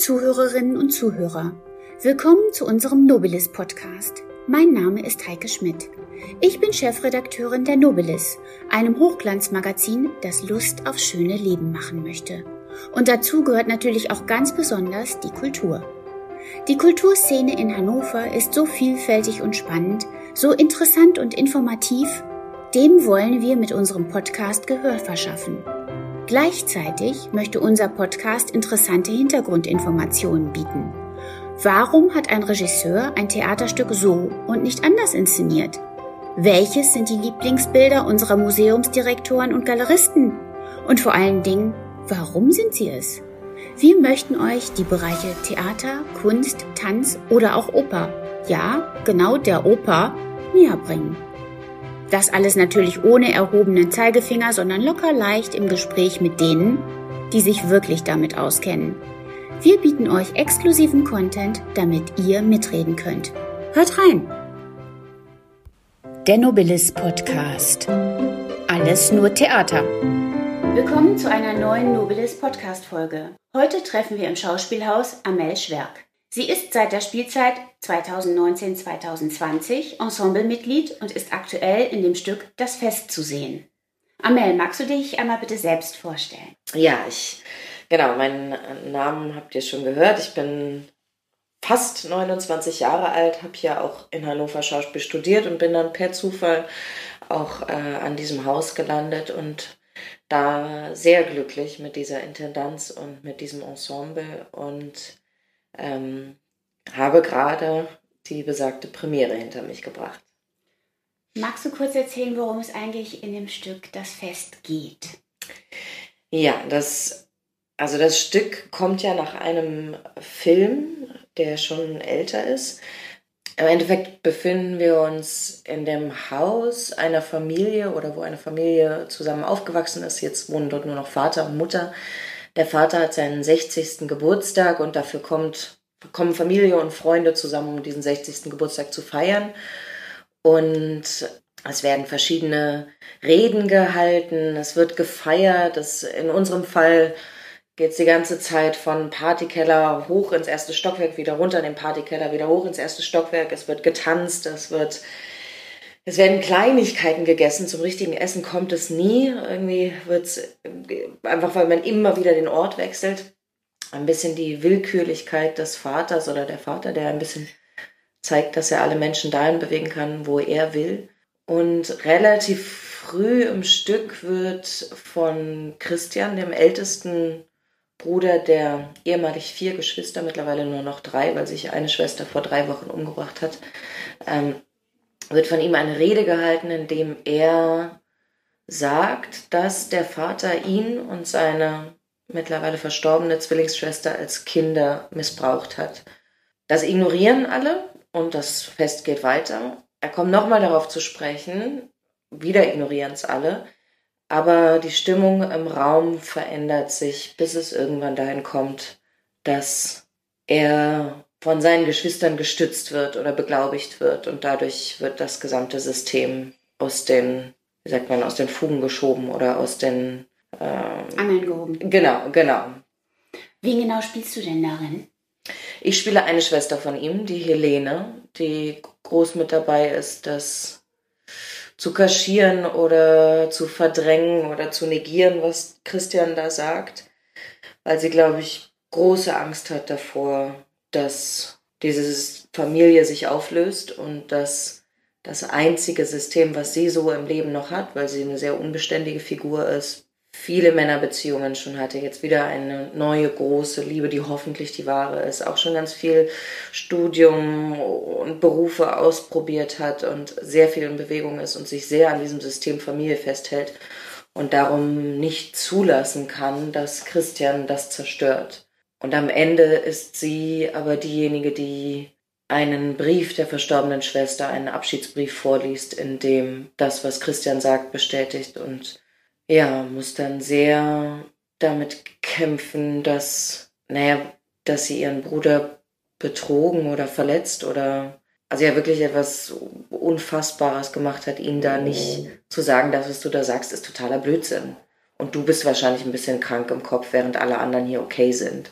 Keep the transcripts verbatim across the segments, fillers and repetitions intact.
Zuhörerinnen und Zuhörer, willkommen zu unserem Nobilis-Podcast. Mein Name ist Heike Schmidt. Ich bin Chefredakteurin der Nobilis, einem Hochglanzmagazin, das Lust auf schöne Leben machen möchte. Und dazu gehört natürlich auch ganz besonders die Kultur. Die Kulturszene in Hannover ist so vielfältig und spannend, so interessant und informativ, dem wollen wir mit unserem Podcast Gehör verschaffen. Gleichzeitig möchte unser Podcast interessante Hintergrundinformationen bieten. Warum hat ein Regisseur ein Theaterstück so und nicht anders inszeniert? Welches sind die Lieblingsbilder unserer Museumsdirektoren und Galeristen? Und vor allen Dingen, warum sind sie es? Wir möchten euch die Bereiche Theater, Kunst, Tanz oder auch Oper, ja, genau der Oper, näher bringen. Das alles natürlich ohne erhobenen Zeigefinger, sondern locker leicht im Gespräch mit denen, die sich wirklich damit auskennen. Wir bieten euch exklusiven Content, damit ihr mitreden könnt. Hört rein! Der Nobilis Podcast. Alles nur Theater. Willkommen zu einer neuen Nobilis Podcast Folge. Heute treffen wir im Schauspielhaus Amel Schwerk. Sie ist seit der Spielzeit zweitausendneunzehn zweitausendzwanzig Ensemblemitglied und ist aktuell in dem Stück Das Fest zu sehen. Amel, magst du dich einmal bitte selbst vorstellen? Ja, ich, genau, meinen Namen habt ihr schon gehört. Ich bin fast neunundzwanzig Jahre alt, habe hier auch in Hannover Schauspiel studiert und bin dann per Zufall auch äh, an diesem Haus gelandet und da sehr glücklich mit dieser Intendanz und mit diesem Ensemble und ähm, habe gerade die besagte Premiere hinter mich gebracht. Magst du kurz erzählen, worum es eigentlich in dem Stück Das Fest geht? Ja, das, also das Stück kommt ja nach einem Film, der schon älter ist. Im Endeffekt befinden wir uns in dem Haus einer Familie oder wo eine Familie zusammen aufgewachsen ist. Jetzt wohnen dort nur noch Vater und Mutter. Der Vater hat seinen sechzigsten Geburtstag und dafür kommt, kommen Familie und Freunde zusammen, um diesen sechzigsten Geburtstag zu feiern. Und es werden verschiedene Reden gehalten, es wird gefeiert. Das, in unserem Fall geht es die ganze Zeit von Partykeller hoch ins erste Stockwerk, wieder runter in den Partykeller, wieder hoch ins erste Stockwerk. Es wird getanzt, es wird... Es werden Kleinigkeiten gegessen, zum richtigen Essen kommt es nie. Irgendwie wird es, einfach weil man immer wieder den Ort wechselt, ein bisschen die Willkürlichkeit des Vaters oder der Vater, der ein bisschen zeigt, dass er alle Menschen dahin bewegen kann, wo er will. Und relativ früh im Stück wird von Christian, dem ältesten Bruder der ehemalig vier Geschwister, mittlerweile nur noch drei, weil sich eine Schwester vor drei Wochen umgebracht hat, ähm, wird von ihm eine Rede gehalten, in dem er sagt, dass der Vater ihn und seine mittlerweile verstorbene Zwillingsschwester als Kinder missbraucht hat. Das ignorieren alle und das Fest geht weiter. Er kommt nochmal darauf zu sprechen, wieder ignorieren es alle, aber die Stimmung im Raum verändert sich, bis es irgendwann dahin kommt, dass er von seinen Geschwistern gestützt wird oder beglaubigt wird und dadurch wird das gesamte System aus den, wie sagt man, aus den Fugen geschoben oder aus den ähm, Angeln gehoben. Genau, genau. Wen genau spielst du denn darin? Ich spiele eine Schwester von ihm, die Helene, die groß mit dabei ist, das zu kaschieren oder zu verdrängen oder zu negieren, was Christian da sagt, weil sie, glaube ich, große Angst hat davor, dass diese Familie sich auflöst und dass das einzige System, was sie so im Leben noch hat, weil sie eine sehr unbeständige Figur ist, viele Männerbeziehungen schon hatte, jetzt wieder eine neue große Liebe, die hoffentlich die wahre ist, auch schon ganz viel Studium und Berufe ausprobiert hat und sehr viel in Bewegung ist und sich sehr an diesem System Familie festhält und darum nicht zulassen kann, dass Christian das zerstört. Und am Ende ist sie aber diejenige, die einen Brief der verstorbenen Schwester, einen Abschiedsbrief vorliest, in dem das, was Christian sagt, bestätigt und ja, muss dann sehr damit kämpfen, dass, naja, dass sie ihren Bruder betrogen oder verletzt oder, also ja wirklich etwas Unfassbares gemacht hat, ihn da nicht zu sagen, das, was du da sagst, ist totaler Blödsinn. Und du bist wahrscheinlich ein bisschen krank im Kopf, während alle anderen hier okay sind.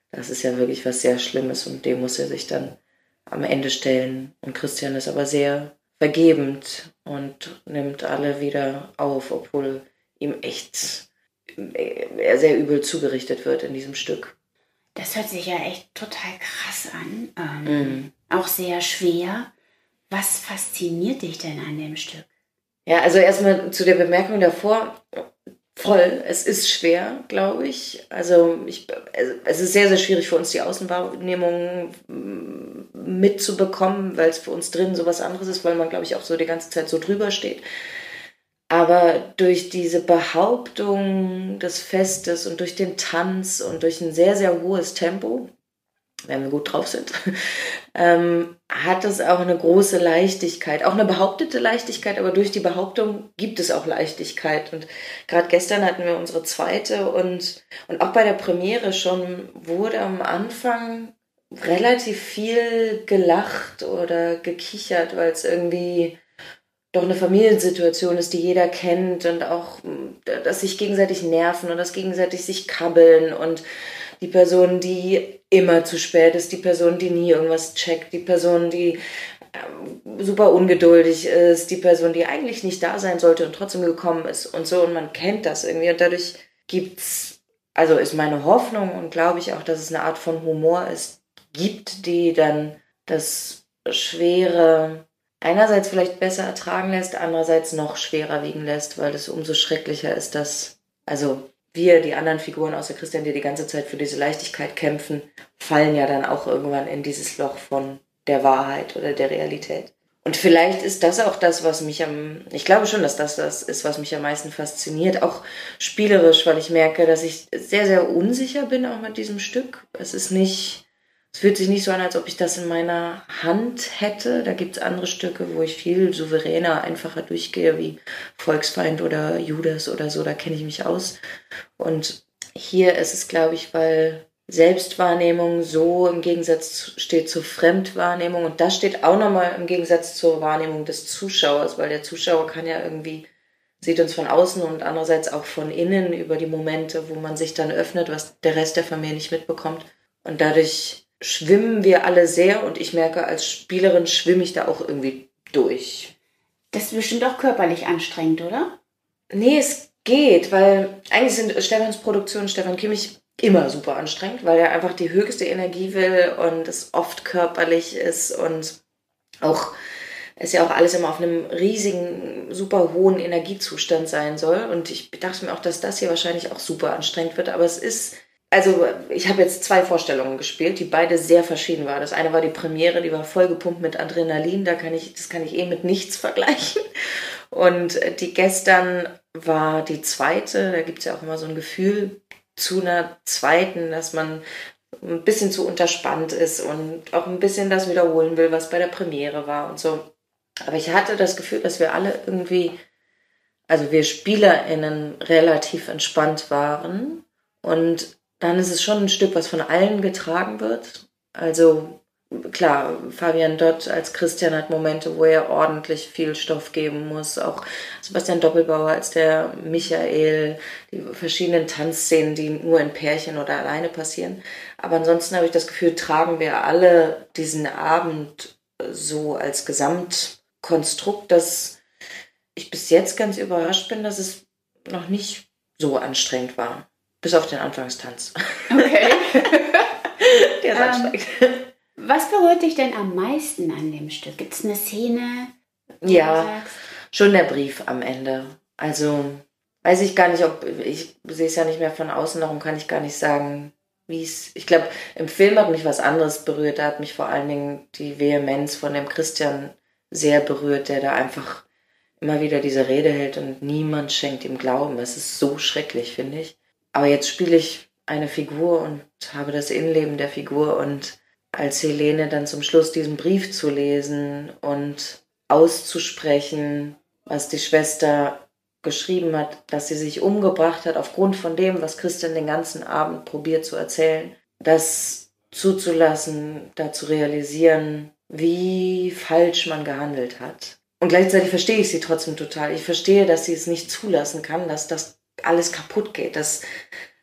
das ist ja wirklich was sehr Schlimmes und dem muss er sich dann am Ende stellen. Und Christian ist aber sehr vergebend und nimmt alle wieder auf, obwohl ihm echt er sehr übel zugerichtet wird in diesem Stück. Das hört sich ja echt total krass an. Ähm, Mhm. Auch sehr schwer. Was fasziniert dich denn an dem Stück? Ja, also erstmal zu der Bemerkung davor. Voll, es ist schwer, glaube ich. Also ich, es ist sehr, sehr schwierig für uns, die Außenwahrnehmung mitzubekommen, weil es für uns drin so was anderes ist, weil man, glaube ich, auch so die ganze Zeit so drüber steht. Aber durch diese Behauptung des Festes und durch den Tanz und durch ein sehr, sehr hohes Tempo, wenn wir gut drauf sind, ähm, hat es auch eine große Leichtigkeit, auch eine behauptete Leichtigkeit, aber durch die Behauptung gibt es auch Leichtigkeit. Und gerade gestern hatten wir unsere zweite und, und auch bei der Premiere schon wurde am Anfang relativ viel gelacht oder gekichert, weil es irgendwie doch eine Familiensituation ist, die jeder kennt und auch, dass sich gegenseitig nerven und dass gegenseitig sich kabbeln und die Person, die immer zu spät ist, die Person, die nie irgendwas checkt, die Person, die ähm, super ungeduldig ist, die Person, die eigentlich nicht da sein sollte und trotzdem gekommen ist und so. Und man kennt das irgendwie und dadurch gibt's, also ist meine Hoffnung und glaube ich auch, dass es eine Art von Humor ist, gibt, die dann das Schwere einerseits vielleicht besser ertragen lässt, andererseits noch schwerer wiegen lässt, weil es umso schrecklicher ist, dass, also wir, die anderen Figuren außer Christian, die die ganze Zeit für diese Leichtigkeit kämpfen, fallen ja dann auch irgendwann in dieses Loch von der Wahrheit oder der Realität. Und vielleicht ist das auch das, was mich am, ich glaube schon, dass das das ist, was mich am meisten fasziniert, auch spielerisch, weil ich merke, dass ich sehr, sehr unsicher bin auch mit diesem Stück. Es ist nicht, es fühlt sich nicht so an, als ob ich das in meiner Hand hätte. Da gibt es andere Stücke, wo ich viel souveräner, einfacher durchgehe, wie Volksfeind oder Judas oder so, da kenne ich mich aus. Und hier ist es, glaube ich, weil Selbstwahrnehmung so im Gegensatz steht zur Fremdwahrnehmung und das steht auch nochmal im Gegensatz zur Wahrnehmung des Zuschauers, weil der Zuschauer kann ja irgendwie, sieht uns von außen und andererseits auch von innen über die Momente, wo man sich dann öffnet, was der Rest der Familie nicht mitbekommt. Und dadurch schwimmen wir alle sehr und ich merke, als Spielerin schwimme ich da auch irgendwie durch. Das ist bestimmt auch körperlich anstrengend, oder? Nee, es geht, weil eigentlich sind Stefans Produktionen, Stefan Kimmich, immer super anstrengend, weil er einfach die höchste Energie will und es oft körperlich ist und auch es ja auch alles immer auf einem riesigen, super hohen Energiezustand sein soll. Und ich dachte mir auch, dass das hier wahrscheinlich auch super anstrengend wird, aber es ist, also ich habe jetzt zwei Vorstellungen gespielt, die beide sehr verschieden waren. Das eine war die Premiere, die war vollgepumpt mit Adrenalin, da kann ich, das kann ich eh mit nichts vergleichen. Und die gestern war die zweite, da gibt es ja auch immer so ein Gefühl zu einer zweiten, dass man ein bisschen zu unterspannt ist und auch ein bisschen das wiederholen will, was bei der Premiere war und so. Aber ich hatte das Gefühl, dass wir alle irgendwie, also wir SpielerInnen relativ entspannt waren und dann ist es schon ein Stück, was von allen getragen wird. Also klar, Fabian Dott als Christian hat Momente, wo er ordentlich viel Stoff geben muss. Auch Sebastian Doppelbauer als der Michael, die verschiedenen Tanzszenen, die nur in Pärchen oder alleine passieren. Aber ansonsten habe ich das Gefühl, tragen wir alle diesen Abend so als Gesamtkonstrukt, dass ich bis jetzt ganz überrascht bin, dass es noch nicht so anstrengend war. Bis auf den Anfangstanz. Okay. Der ist anstrengend. Ähm, was berührt dich denn am meisten an dem Stück? Gibt es eine Szene? Ja, schon der Brief am Ende. Also weiß ich gar nicht, ob, ich sehe es ja nicht mehr von außen, darum kann ich gar nicht sagen, wie es, ich glaube, im Film hat mich was anderes berührt. Da hat mich vor allen Dingen die Vehemenz von dem Christian sehr berührt, der da einfach immer wieder diese Rede hält und niemand schenkt ihm Glauben. Es ist so schrecklich, finde ich. Aber jetzt spiele ich eine Figur und habe das Innenleben der Figur und als Helene dann zum Schluss diesen Brief zu lesen und auszusprechen, was die Schwester geschrieben hat, dass sie sich umgebracht hat aufgrund von dem, was Christian den ganzen Abend probiert zu erzählen, das zuzulassen, da zu realisieren, wie falsch man gehandelt hat. Und gleichzeitig verstehe ich sie trotzdem total. Ich verstehe, dass sie es nicht zulassen kann, dass das alles kaputt geht, dass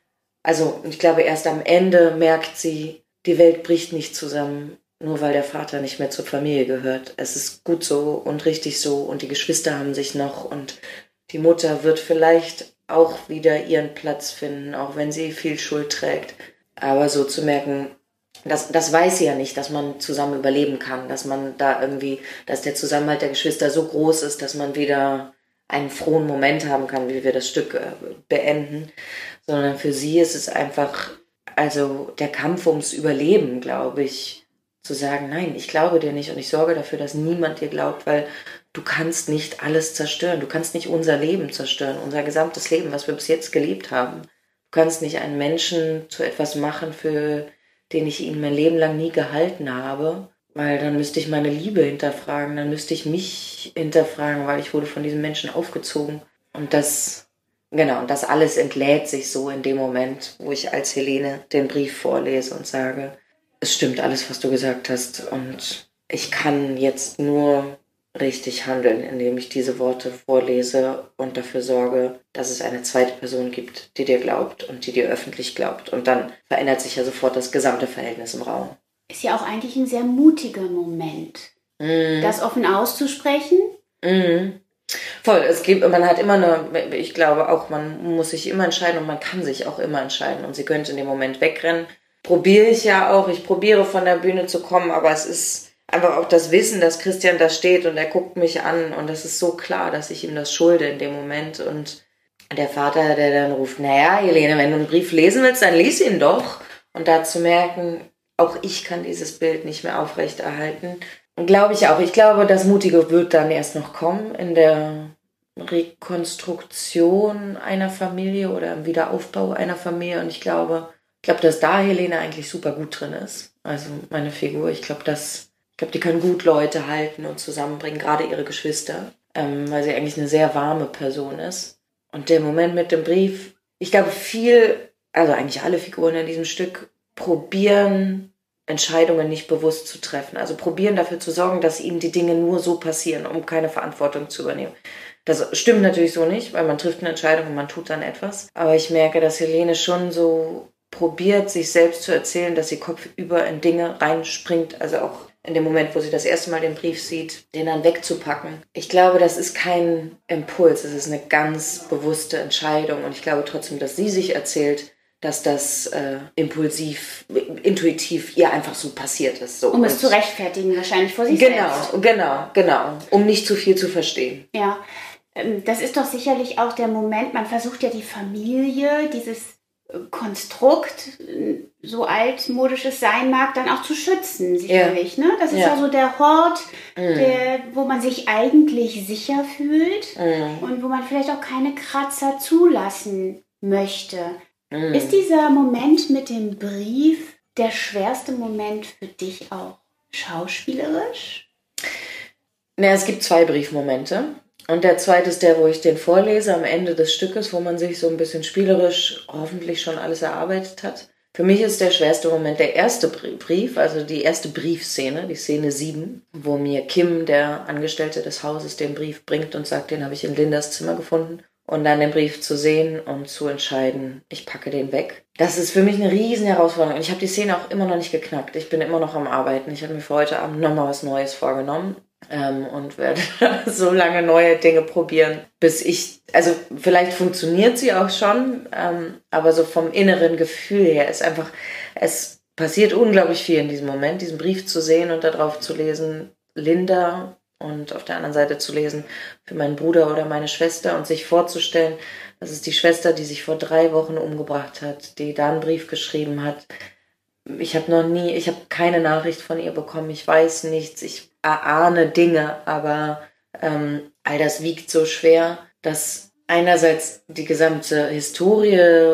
Also ich glaube, erst am Ende merkt sie, die Welt bricht nicht zusammen, nur weil der Vater nicht mehr zur Familie gehört. Es ist gut so und richtig so und die Geschwister haben sich noch und die Mutter wird vielleicht auch wieder ihren Platz finden, auch wenn sie viel Schuld trägt. Aber so zu merken, das, das weiß sie ja nicht, dass man zusammen überleben kann, dass man da irgendwie, dass der Zusammenhalt der Geschwister so groß ist, dass man wieder einen frohen Moment haben kann, wie wir das Stück äh, beenden. Sondern für sie ist es einfach, also der Kampf ums Überleben, glaube ich, zu sagen, nein, ich glaube dir nicht und ich sorge dafür, dass niemand dir glaubt, weil du kannst nicht alles zerstören, du kannst nicht unser Leben zerstören, unser gesamtes Leben, was wir bis jetzt gelebt haben. Du kannst nicht einen Menschen zu etwas machen, für den ich ihn mein Leben lang nie gehalten habe, weil dann müsste ich meine Liebe hinterfragen, dann müsste ich mich hinterfragen, weil ich wurde von diesem Menschen aufgezogen. Und das, genau, und das alles entlädt sich so in dem Moment, wo ich als Helene den Brief vorlese und sage, es stimmt alles, was du gesagt hast und ich kann jetzt nur richtig handeln, indem ich diese Worte vorlese und dafür sorge, dass es eine zweite Person gibt, die dir glaubt und die dir öffentlich glaubt. Und dann verändert sich ja sofort das gesamte Verhältnis im Raum. Ist ja auch eigentlich ein sehr mutiger Moment, mm. das offen auszusprechen. Mm. Voll, es gibt, man hat immer eine, ich glaube auch, man muss sich immer entscheiden und man kann sich auch immer entscheiden. Und sie könnte in dem Moment wegrennen. Probiere ich ja auch, ich probiere von der Bühne zu kommen, aber es ist einfach auch das Wissen, dass Christian da steht und er guckt mich an und das ist so klar, dass ich ihm das schulde in dem Moment. Und der Vater, der dann ruft, naja, Helene, wenn du einen Brief lesen willst, dann lies ihn doch. Und da zu merken, auch ich kann dieses Bild nicht mehr aufrechterhalten. Und glaube ich auch, ich glaube, das Mutige wird dann erst noch kommen in der Rekonstruktion einer Familie oder im Wiederaufbau einer Familie. Und ich glaube, ich glaube, dass da Helene eigentlich super gut drin ist. Also meine Figur, ich glaube, dass Ich glaube, die können gut Leute halten und zusammenbringen, gerade ihre Geschwister, ähm, weil sie eigentlich eine sehr warme Person ist. Und der Moment mit dem Brief, ich glaube viel, also eigentlich alle Figuren in diesem Stück, probieren, Entscheidungen nicht bewusst zu treffen. Also probieren dafür zu sorgen, dass ihnen die Dinge nur so passieren, um keine Verantwortung zu übernehmen. Das stimmt natürlich so nicht, weil man trifft eine Entscheidung und man tut dann etwas. Aber ich merke, dass Helene schon so probiert, sich selbst zu erzählen, dass sie kopfüber in Dinge reinspringt, also auch in dem Moment, wo sie das erste Mal den Brief sieht, den dann wegzupacken. Ich glaube, das ist kein Impuls, es ist eine ganz bewusste Entscheidung und ich glaube trotzdem, dass sie sich erzählt, dass das äh, impulsiv, intuitiv ihr einfach so passiert ist. So. Um es zu rechtfertigen, wahrscheinlich vor sich genau, selbst. Genau, genau, genau, um nicht zu viel zu verstehen. Ja, das ist doch sicherlich auch der Moment, man versucht ja die Familie, dieses Konstrukt, so altmodisch es sein mag, dann auch zu schützen, sicherlich. Ja. Ne? Das ist ja. ja so der Hort, mm. der, wo man sich eigentlich sicher fühlt mm. und wo man vielleicht auch keine Kratzer zulassen möchte. Mm. Ist dieser Moment mit dem Brief der schwerste Moment für dich auch schauspielerisch? Na, es gibt zwei Briefmomente. Und der zweite ist der, wo ich den vorlese am Ende des Stückes, wo man sich so ein bisschen spielerisch hoffentlich schon alles erarbeitet hat. Für mich ist der schwerste Moment der erste Brief, also die erste Briefszene, die Szene sieben, wo mir Kim, der Angestellte des Hauses, den Brief bringt und sagt, den habe ich in Lindas Zimmer gefunden. Und dann den Brief zu sehen und zu entscheiden, ich packe den weg. Das ist für mich eine riesen Herausforderung. Und ich habe die Szene auch immer noch nicht geknackt. Ich bin immer noch am Arbeiten. Ich habe mir für heute Abend nochmal was Neues vorgenommen. Ähm, und werde so lange neue Dinge probieren, bis ich, also vielleicht funktioniert sie auch schon, ähm, aber so vom inneren Gefühl her ist einfach, es passiert unglaublich viel in diesem Moment, diesen Brief zu sehen und darauf zu lesen, Linda, und auf der anderen Seite zu lesen, für meinen Bruder oder meine Schwester und sich vorzustellen, das ist die Schwester, die sich vor drei Wochen umgebracht hat, die da einen Brief geschrieben hat. Ich habe noch nie, ich habe keine Nachricht von ihr bekommen, ich weiß nichts, ich erahne Dinge, aber ähm, all das wiegt so schwer, dass einerseits die gesamte Historie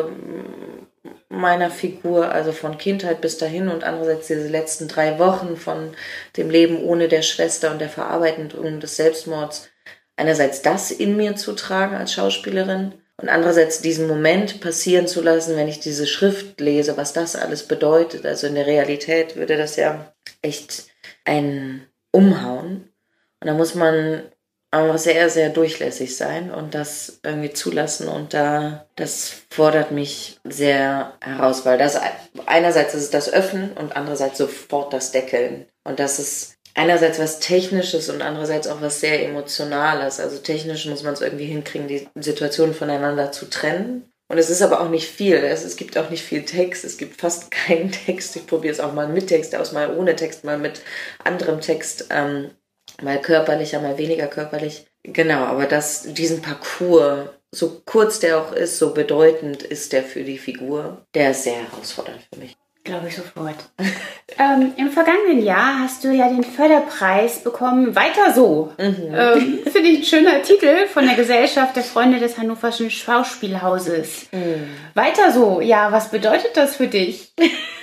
meiner Figur, also von Kindheit bis dahin und andererseits diese letzten drei Wochen von dem Leben ohne der Schwester und der Verarbeitung des Selbstmords, einerseits das in mir zu tragen als Schauspielerin und andererseits diesen Moment passieren zu lassen, wenn ich diese Schrift lese, was das alles bedeutet. Also in der Realität würde das ja echt ein Umhauen. Und da muss man einfach sehr, sehr durchlässig sein und das irgendwie zulassen. Und da, das fordert mich sehr heraus, weil das einerseits ist es das Öffnen und andererseits sofort das Deckeln. Und das ist einerseits was Technisches und andererseits auch was sehr Emotionales. Also technisch muss man es irgendwie hinkriegen, die Situationen voneinander zu trennen. Und es ist aber auch nicht viel. Es, es gibt auch nicht viel Text. Es gibt fast keinen Text. Ich probiere es auch mal mit Text aus, mal ohne Text, mal mit anderem Text. Ähm, mal körperlicher, mal weniger körperlich. Genau, aber das, diesen Parcours, so kurz der auch ist, so bedeutend ist der für die Figur, der ist sehr herausfordernd für mich. Glaube ich sofort. ähm, Im vergangenen Jahr hast du ja den Förderpreis bekommen, Weiter so. Mhm. Ähm, Finde ich ein schöner Titel von der Gesellschaft der Freunde des Hannoverschen Schauspielhauses. Mhm. Weiter so, ja, was bedeutet das für dich?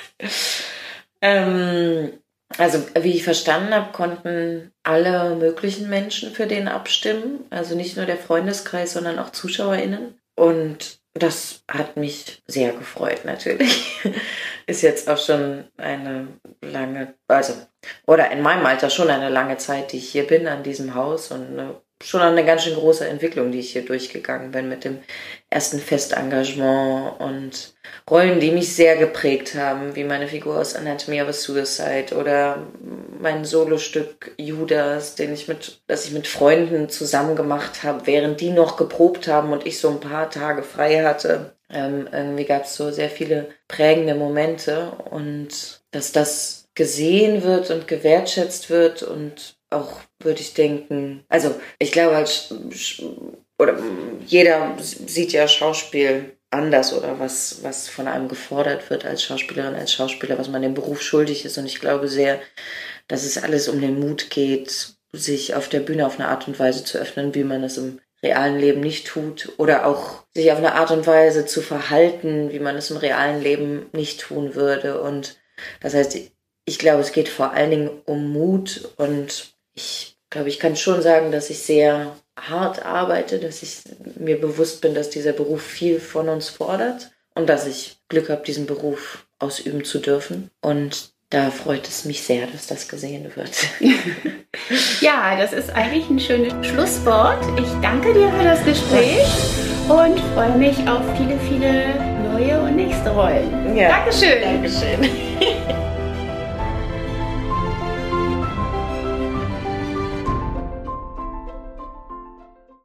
ähm, also, wie ich verstanden habe, konnten alle möglichen Menschen für den abstimmen. Also nicht nur der Freundeskreis, sondern auch ZuschauerInnen. Und das hat mich sehr gefreut, natürlich. Ist jetzt auch schon eine lange, also, oder in meinem Alter schon eine lange Zeit, die ich hier bin an diesem Haus und eine, schon eine ganz schön große Entwicklung, die ich hier durchgegangen bin mit dem ersten Festengagement und Rollen, die mich sehr geprägt haben, wie meine Figur aus Anatomy of a Suicide oder mein Solostück Judas, den ich mit, das ich mit Freunden zusammen gemacht habe, während die noch geprobt haben und ich so ein paar Tage frei hatte. Ähm, irgendwie gab es so sehr viele prägende Momente und dass das gesehen wird und gewertschätzt wird und auch, würde ich denken, also ich glaube, als oder jeder sieht ja Schauspiel anders oder was, was von einem gefordert wird als Schauspielerin, als Schauspieler, was man dem Beruf schuldig ist. Und ich glaube sehr, dass es alles um den Mut geht, sich auf der Bühne auf eine Art und Weise zu öffnen, wie man es im realen Leben nicht tut. Oder auch sich auf eine Art und Weise zu verhalten, wie man es im realen Leben nicht tun würde. Und das heißt, ich glaube, es geht vor allen Dingen um Mut. Und ich glaube, ich kann schon sagen, dass ich sehr hart arbeite, dass ich mir bewusst bin, dass dieser Beruf viel von uns fordert und dass ich Glück habe, diesen Beruf ausüben zu dürfen. Und da freut es mich sehr, dass das gesehen wird. Ja, das ist eigentlich ein schönes Schlusswort. Ich danke dir für das Gespräch und freue mich auf viele, viele neue und nächste Rollen. Ja, Dankeschön. Dankeschön.